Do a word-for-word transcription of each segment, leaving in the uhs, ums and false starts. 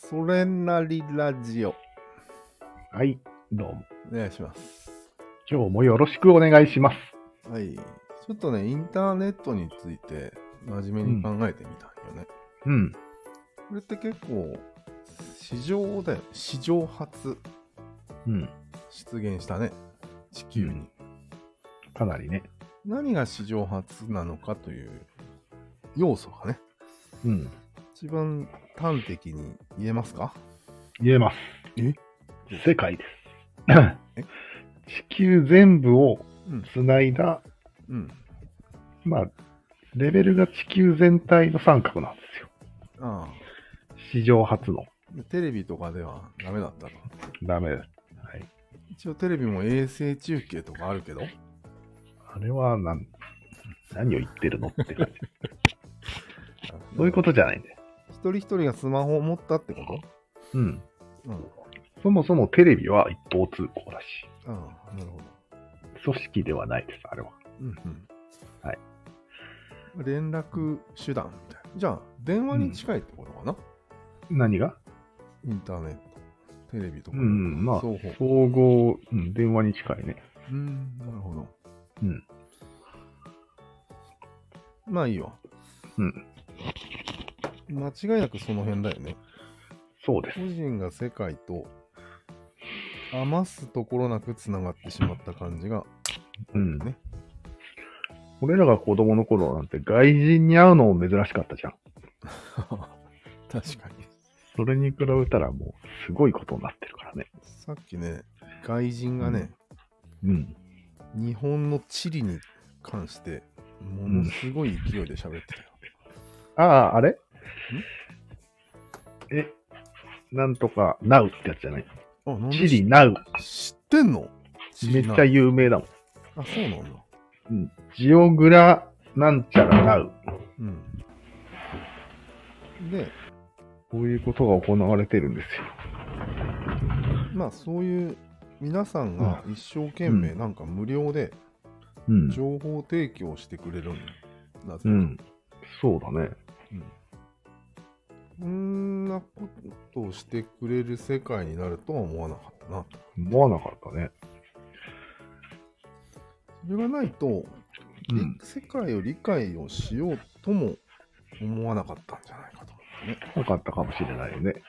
それなりラジオ。 はい、どうも。 お願いします。 今日もよろしくお願いします。 はい。ちょっとね、インターネットについて真面目に考えてみたんよね。 うん。 これって結構、史上だよ。史上初うん。 出現したね。地球に。うん、 かなりね。 何が史上初なのかという要素がね。 うん。 一番端的に言えますか？ 言えます。 え？ 世界です。地球全部をつないだ、 うん。うん、 まあ、レベルが地球全体の三角なんですよ。 ああ。 史上初の。 テレビとかではダメだったと。 ダメです。はい。 一応テレビも衛星中継とかあるけど。 あれは何、何を言ってるのって感じ。そういうことじゃないんだよ。 一人一人がスマホを持ったってこと？ うん。うん。そもそもテレビは一方通行だし。 ああ、なるほど。組織ではないです、あれは。 うんうん。 はい。 連絡手段みたいな。じゃあ、電話に近いってことかな？ うん、何が？ インターネット、テレビとか。 うん、まあ、総合、うん、電話に近いね。 うん、なるほど。 うん。 まあいいわ。 うん。 間違いなくその辺だよね。 そうです。 個人が世界と余すところなくつながってしまった感じが、 うんね。俺らが子供の頃なんて外人に会うのも珍しかったじゃん。 確かに。 それに比べたらもうすごいことになってるからね。 さっきね、外人がね、 うん、 うん、日本の地理に関してものすごい勢いで喋ってたよ。 うん、ああ、あれ？え、なんとかナウってやつじゃない？あ、なんでチリナウ。 知ってんの？ めっちゃ有名だもん。 あ、そうなんだ。 うん。ジオグラなんちゃらナウ。 うん。で、 こういうことが行われてるんですよ。 まあそういう皆さんが一生懸命なんか無料で情報提供してくれるんだぜ、うん。うん。 そうだね。 うん。こんなことをしてくれる世界になるとは思わなかったな。 思わなかったね。 それがないと、うん、世界を理解をしようとも思わなかったんじゃないかと思ってね。 なかったかもしれないよね。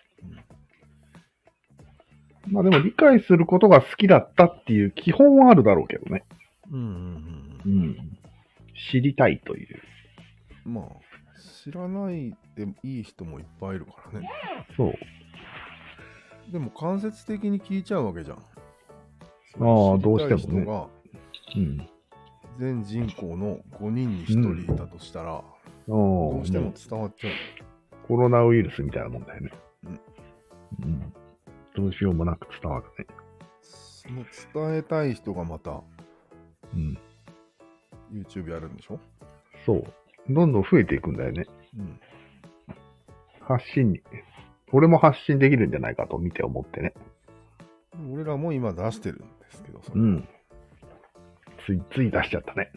うん、まあでも理解することが好きだったっていう基本はあるだろうけどね。うんうんうん。うん。知りたいという。 まあ、知らないでいい人もいっぱいいるからね。 そう。でも間接的に聞いちゃうわけじゃん。ああ、どうしてもね。 うん、全人口のごにんにひとりいたとしたら、うん、どうしても伝わっちゃう。 コロナウイルスみたいなもんだよね。うんうん、どうしようもなく伝わるね。 その伝えたい人がまた、うん、YouTube やるんでしょ？ そう。どんどん増えていくんだよね。うん、発信に。俺も発信できるんじゃないかと見て思ってね。 俺らも今出してるんですけど、それうん。ついつい出しちゃったね。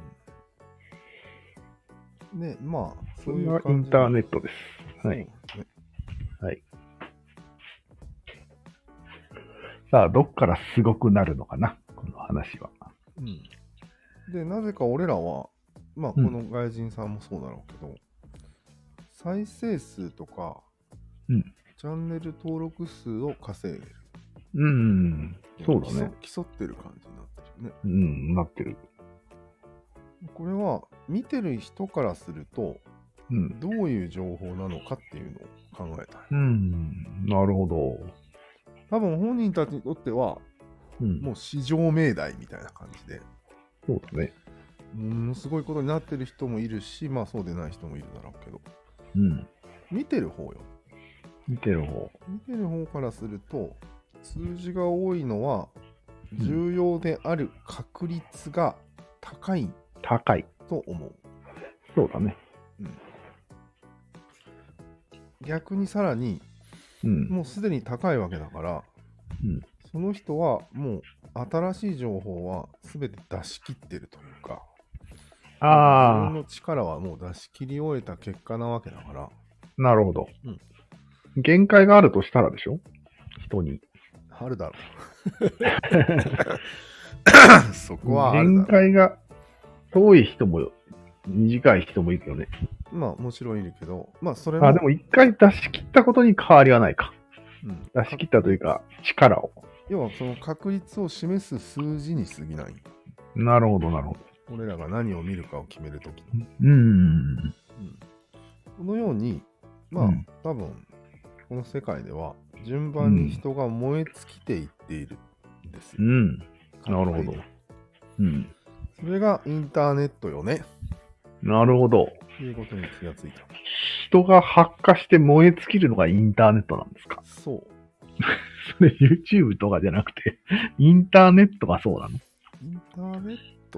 うん、ね、まあ、 それがインターネットです。はい。ね、はい。さあ、どっからすごくなるのかな、この話は。 うん。で、なぜか俺らは、まあ、この外人さんもそうだろうけど、うん、再生数とか、うん、チャンネル登録数を稼いでる。 うん、そうだね。 競ってる感じになってるよね。 うん、なってる。 これは見てる人からすると、うん、どういう情報なのかっていうのを考えたい。 うん、なるほど。 多分本人たちにとっては、うん、もう至上命題みたいな感じで。 そうだね。 ものすごいことになってる人もいるし、まあそうでない人もいるだろうけど。 うん。 見てる方よ。 見てる方。 見てる方からすると、数字が多いのは、重要である確率が高い。 高い。 と思う。 そうだね。 うん、逆にさらに、うん、もうすでに高いわけだから、うん、その人はもう新しい情報は全て出し切ってるというか、 あ自分の力はもう出し切り終えた結果なわけだから。 なるほど。 うん、 限界があるとしたらでしょ？人に。 あるだろう。そこはあるだろう。 限界が遠い人も短い人もいるよね。 まあもちろんいるけど、まあそれも。 あ、でも一回出し切ったことに変わりはないか。 うん、 出し切ったというか、力を。 要はその確率を示す数字に過ぎない。 なるほど、なるほど。 俺らが何を見るかを決めるときに。うん、うん。 このように、まあ、うん、多分、この世界では順番に人が燃え尽きていっているんですよ。 うん。なるほど。うん。 それがインターネットよね。 なるほど。 ということに気がついた。 人が発火して燃え尽きるのがインターネットなんですか？ そう。 それ YouTube とかじゃなくて、インターネットがそうなの？ インターネット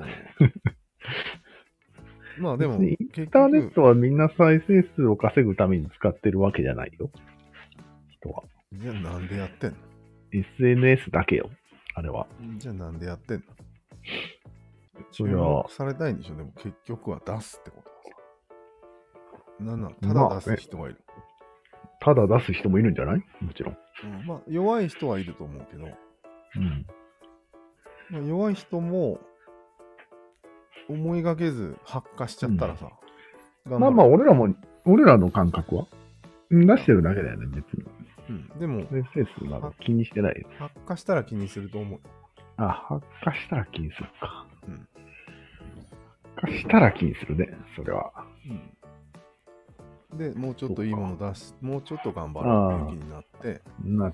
まあでも、 インターネットはみんな再生数を稼ぐために使ってるわけじゃないよ。人は。 じゃあなんでやってんの？ エスエヌエス だけよ。あれは。 じゃあなんでやってんの？注目されたいんでしょ？でも結局は出すってことはさ。なんなんただ出す人がいる、 まあね。ただ出す人もいるんじゃない？もちろん。 うん、まあ弱い人はいると思うけど。 うん。 まあ、弱い人も思いがけず発火しちゃったらさ。 うん、まあまあ俺らも、俺らの感覚は出してるだけだよね、別に。 うん。でも、 再生数など気にしてないよ。 発火したら気にすると思う。 あ、発火したら気にするか。 うん。 発火したら気にするね、それは。 うん。で、もうちょっといいもの出し、もうちょっと頑張ろうっていう気になって、 なって、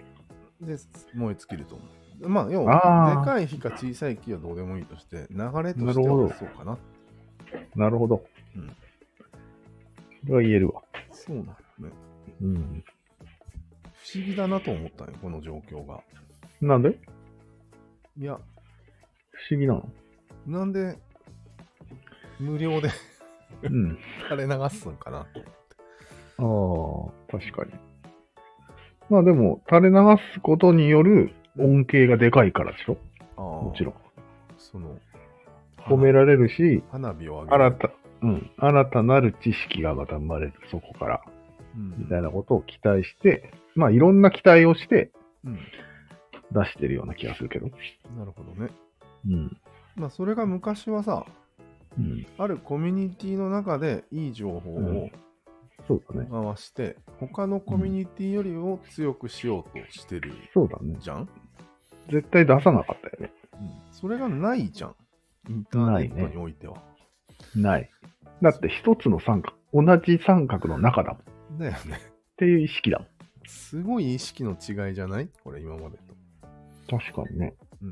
で、燃え尽きると思う。まあ、要は、でかい火か小さい木はどうでもいいとして、流れとしてはそうかな。 なるほど。うん。それは言えるわ。 そうなんだね。 うん。 不思議だなと思ったね、この状況が。 なんで？ いや、 不思議なの？ なんで、無料でうん、 垂れ流すんかなと思って。ああ、確かに。まあでも、垂れ流すことによる恩恵がでかいからでしょ？あもちろん。 その、 褒められるし、 花火を上げる。 新た、うん、新たなる知識がまた生まれる、そこから。うん、みたいなことを期待して、まあいろんな期待をして、出してるような気がするけど。 うん、なるほどね。 うん。 まあそれが昔はさ、うん、あるコミュニティの中でいい情報をそうだね。 回して、他のコミュニティよりも強くしようとしてる、 そうだね。 じゃん？ 絶対出さなかったよね。 うん。それがないじゃん。インターネットにおいては。 ない、ね。だって一つの三角、同じ三角の中だもん。 だよね。 っていう意識だもん。 すごい意識の違いじゃない？これ今までと。確かにね。 うん。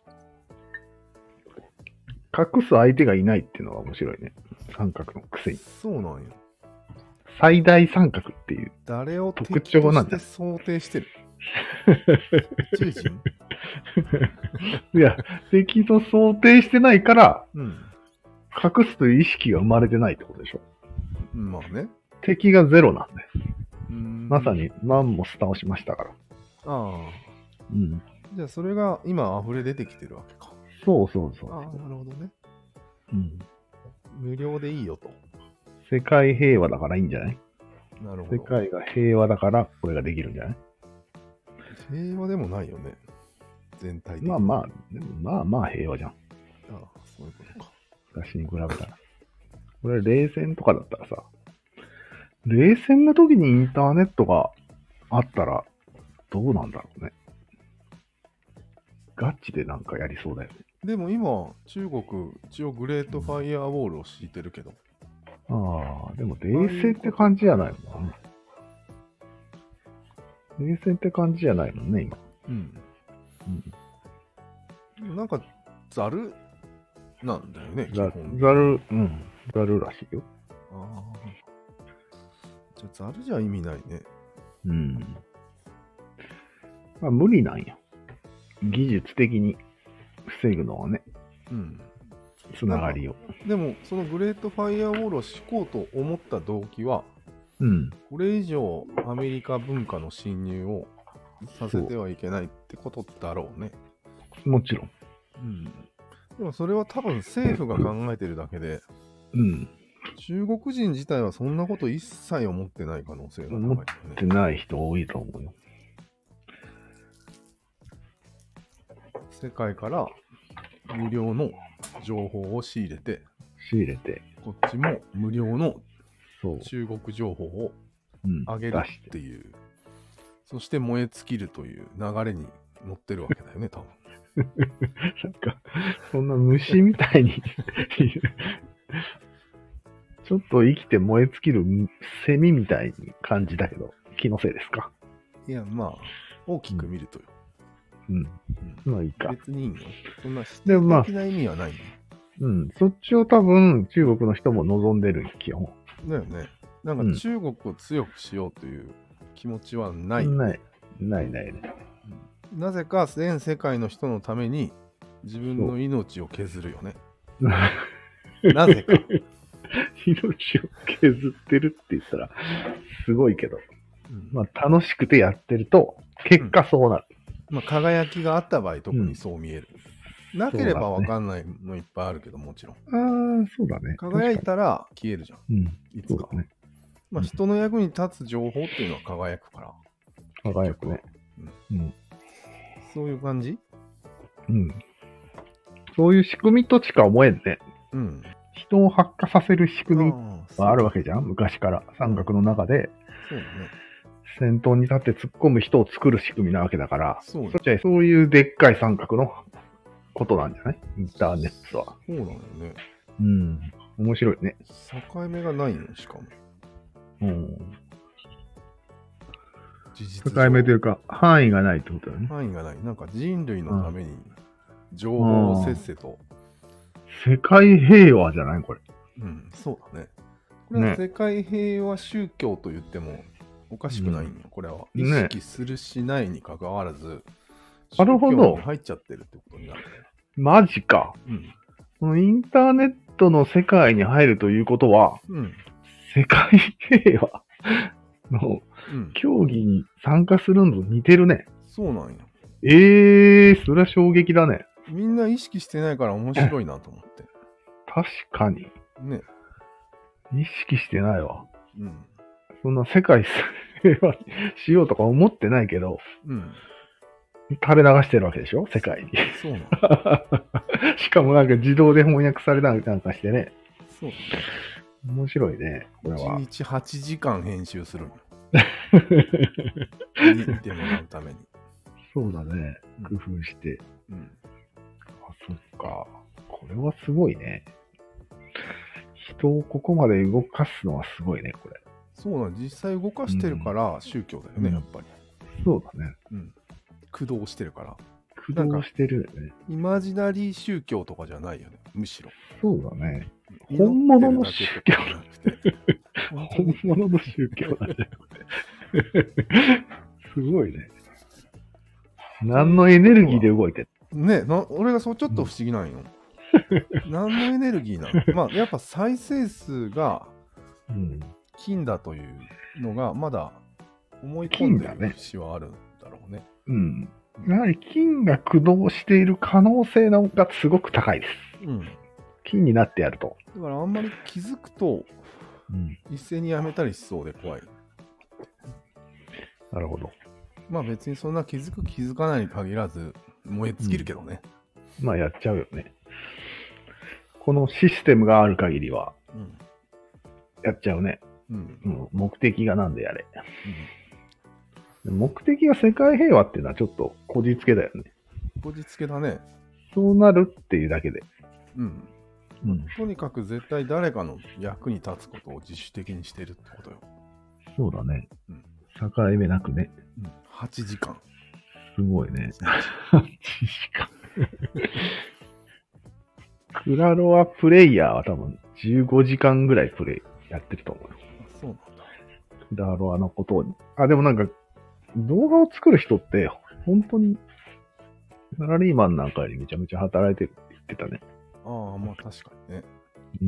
隠す相手がいないっていうのは面白いね。三角のくせに。 そうなんよ。 最大三角っていう誰を特徴なんだ。想定してる。宇宙人いや、敵と想定してないから、 うん、 隠すという意識が生まれてないってことでしょ。 まあね。 敵がゼロなんだよ。 うーんまさにマンモス倒しましたから。 ああ。 うん。 じゃあそれが今溢れ出てきてるわけか。 そうそうそう。 ああ、なるほどね。 うん。 無料でいいよと。 世界平和だからいいんじゃない？ なるほど。 世界が平和だからこれができるんじゃない？ 平和でもないよね。全体的に。 まあまあ、でもまあまあ平和じゃん。 ああ、そういうことか。 昔に比べたら。これ冷戦とかだったらさ、冷戦の時にインターネットがあったらどうなんだろうね。ガチでなんかやりそうだよね。 でも今、中国、一応グレートファイヤーウォールを敷いてるけど。 ああ、でも冷戦って感じじゃないもんね。冷戦って感じじゃないもんね、今。 うん。うん、なんか、ザルなんだよね、 ザザル、うん、ザルらしいよ。 ああ。じゃあ、ザルじゃ意味ないね。 うん。まあ、無理なんや。技術的に防ぐのはね。 うん。 つながりを。 でも、そのグレートファイアウォールを敷こうと思った動機は、 うん。 これ以上アメリカ文化の侵入をさせてはいけないってことだろうね。 もちろん。 うん。でもそれは多分政府が考えてるだけで、 うん。 中国人自体はそんなこと一切思ってない可能性が高い、ね。 思ってない人多いと思うよ。 世界から無料の情報を仕入れて、 仕入れて、 こっちも無料のそう中国情報を上げるっていう、うん、そして燃え尽きるという流れに乗ってるわけだよね、多分。 なんか、そんな虫みたいにちょっと生きて燃え尽きるセミみたいに感じだけど、気のせいですか？ いや、まあ、大きく見るとよ。 うん。うん。うん、まあいいか。 別にいいの。そんな否定的な意味はないの、 まあ。うん。そっちを多分、中国の人も望んでる、基本。 だよね。なんか中国を強くしようという気持ちはない。 うん、ない。ないないね。 なぜか全世界の人のために自分の命を削るよね。なぜか。 命を削ってるって言ったらすごいけど、うん、まあ楽しくてやってると結果そうなる。 うん、まあ輝きがあった場合特にそう見える。うん、なければわかんないのいっぱいあるけどもちろん。 ああ、そうだね。 輝いたら消えるじゃん。 うん、 いつか。 そうだね。 まあ人の役に立つ情報っていうのは輝くから。 輝くね。 うん。うん、そういう感じ？ うん。そういう仕組みとしか思えんね。 うん。 人を発火させる仕組みはあるわけじゃん、昔から三角の中で。 そうだね。 先頭に立って突っ込む人を作る仕組みなわけだから、 そうだね。 そっちはそういうでっかい三角のことなんじゃない？インターネットは。 そうなのよね。 うん。面白いね。 境目がないの、しかも。 うん。 事実境目というか、範囲がないってことだね。 範囲がない。なんか人類のために情報をせっせと。 世界平和じゃないこれ。 うん、そうだね。これは世界平和宗教と言ってもおかしくないんよ、ね、これは。意識するしないに関わらず、 なるほど。 宗教に入っちゃってるってことになるね。 マジか。うん。このインターネットの世界に入るということは、うん、世界平和の競技に参加するのと似てるね。 そうなんよ。 ええー、それは衝撃だね。 みんな意識してないから面白いなと思って。 確かに。 ね。 意識してないわ。 うん。 そんな世界平和しようとか思ってないけど、うん。垂れ流してるわけでしょ世界に。 そうなの。 しかもなんか自動で翻訳されたりなんかしてね。 そうだね。面白いね。これは。 いちにちはちじかん編集するの。見てもらうために。 そうだね。工夫して。うん。あ、そっか。これはすごいね。人をここまで動かすのはすごいね、これ。 そうだ、実際動かしてるから宗教だよね、うん、やっぱり。 そうだね。 うん。駆動してるから。 駆動してるよね。 イマジナリー宗教とかじゃないよね、むしろ。 そうだね。本物の宗教じゃなくて。本物の宗教なんじゃなくて。すごいね。何のエネルギーで動いてるねな、俺がそうちょっと不思議なんよ。うん、何のエネルギーなの？まあ、やっぱ再生数が金だというのがまだ思い込んでる節はあるんだろうね。 うん。やはり金が駆動している可能性がすごく高いです。うん。金になってやると。 だからあんまり気づくと、うん、一斉にやめたりしそうで怖い。 なるほど。 まあ別にそんな気づく気づかないに限らず燃え尽きるけどね。 うん、まあやっちゃうよね。このシステムがある限りは、うん、やっちゃうね。うん、うん、目的がなんでやれ、うん。目的が世界平和っていうのはちょっとこじつけだよね。 こじつけだね。 そうなるっていうだけで。 うんうん、とにかく絶対誰かの役に立つことを自主的にしてるってことよ。 そうだね。うん、境目なくね、 うん。はちじかん。 すごいね。はちじかん。クラロワプレイヤーは多分じゅうごじかんぐらいプレイやってると思う。 そうなんだ。 クラロワのことを。あ、でもなんか動画を作る人って本当にサラリーマンなんかよりめちゃめちゃ働いてるって言ってたね。 ああ、まあ確かにね。 うん。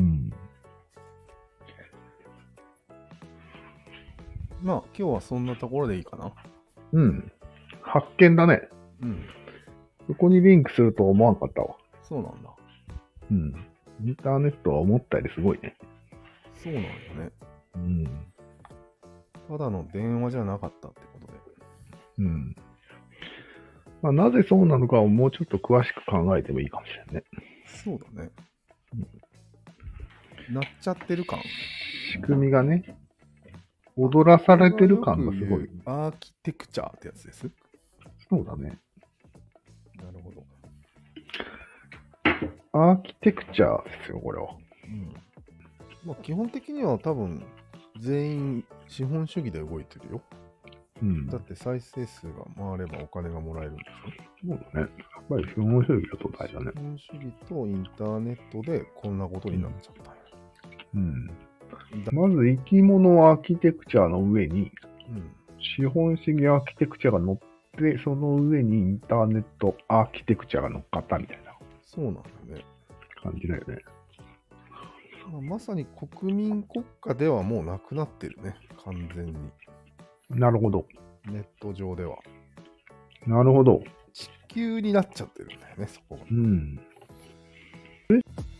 まあ今日はそんなところでいいかな。 うん。発見だね。うん。そこにリンクすると思わなかったわ。 そうなんだ。 うん。インターネットは思ったよりすごいね。 そうなんよね。 うん。 ただの電話じゃなかったってことで。 うん。まあ、なぜそうなのかをもうちょっと詳しく考えてもいいかもしれんね。 そうだね。うん、なっちゃってる感。 仕組みがね、踊らされてる感がすごい。 アーキテクチャーってやつです。 そうだね。 なるほど。 アーキテクチャーですよ、これは。 うん。まあ、基本的には多分、全員資本主義で動いてるよ。うん、だって再生数が回ればお金がもらえるんでしょ。そうだね。やっぱり資本主義だと大事だね。 資本主義とインターネットでこんなことになっちゃったよ。うん。 まず生き物アーキテクチャの上に、うん、資本主義アーキテクチャが乗って、その上にインターネットアーキテクチャが乗っかったみたいな。 そうなんだね。 感じだよね。 まあ、まさに国民国家ではもうなくなってるね、完全に。 なるほど。 ネット上では。 なるほど。 地球になっちゃってるんだよね、そこが。 うん。